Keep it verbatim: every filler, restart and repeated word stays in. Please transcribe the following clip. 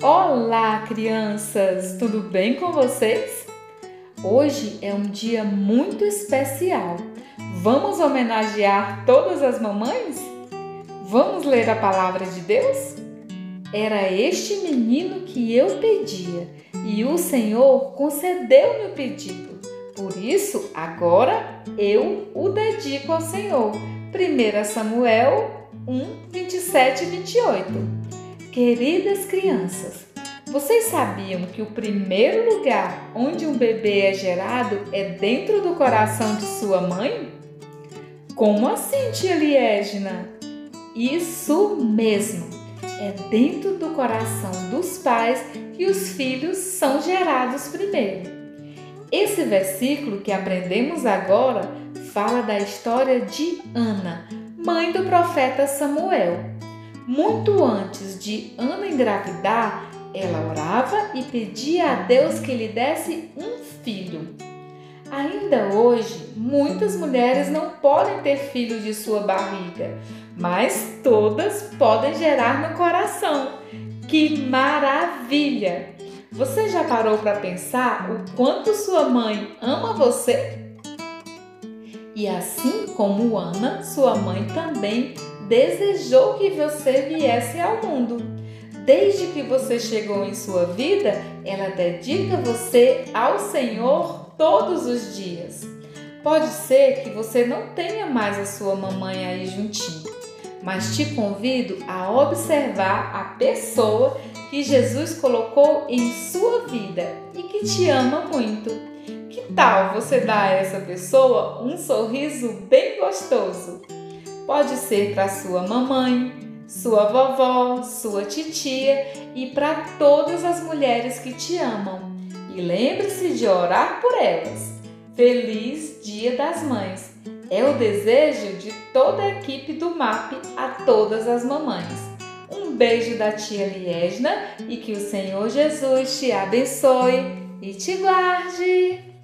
Olá, crianças! Tudo bem com vocês? Hoje é um dia muito especial. Vamos homenagear todas as mamães? Vamos ler a palavra de Deus? Era este menino que eu pedia e o Senhor concedeu meu pedido. Por isso, agora eu o dedico ao Senhor. primeiro Samuel um, vinte e sete e vinte e oito. Queridas crianças, vocês sabiam que o primeiro lugar onde um bebê é gerado é dentro do coração de sua mãe? Como assim, tia Liégina? Isso mesmo! É dentro do coração dos pais que os filhos são gerados primeiro. Esse versículo que aprendemos agora fala da história de Ana, mãe do profeta Samuel. Muito antes de Ana engravidar, ela orava e pedia a Deus que lhe desse um filho. Ainda hoje, muitas mulheres não podem ter filho de sua barriga, mas todas podem gerar no coração. Que maravilha! Você já parou para pensar o quanto sua mãe ama você? E assim como Ana, sua mãe também desejou que você viesse ao mundo. Desde que você chegou em sua vida, ela dedica você ao Senhor todos os dias. Pode ser que você não tenha mais a sua mamãe aí juntinho, mas te convido a observar a pessoa que Jesus colocou em sua vida e que te ama muito. Que tal você dar a essa pessoa um sorriso bem gostoso? Pode ser para sua mamãe, sua vovó, sua titia e para todas as mulheres que te amam. E lembre-se de orar por elas. Feliz Dia das Mães! É o desejo de toda a equipe do M A P a todas as mamães. Um beijo da tia Liégina e que o Senhor Jesus te abençoe e te guarde!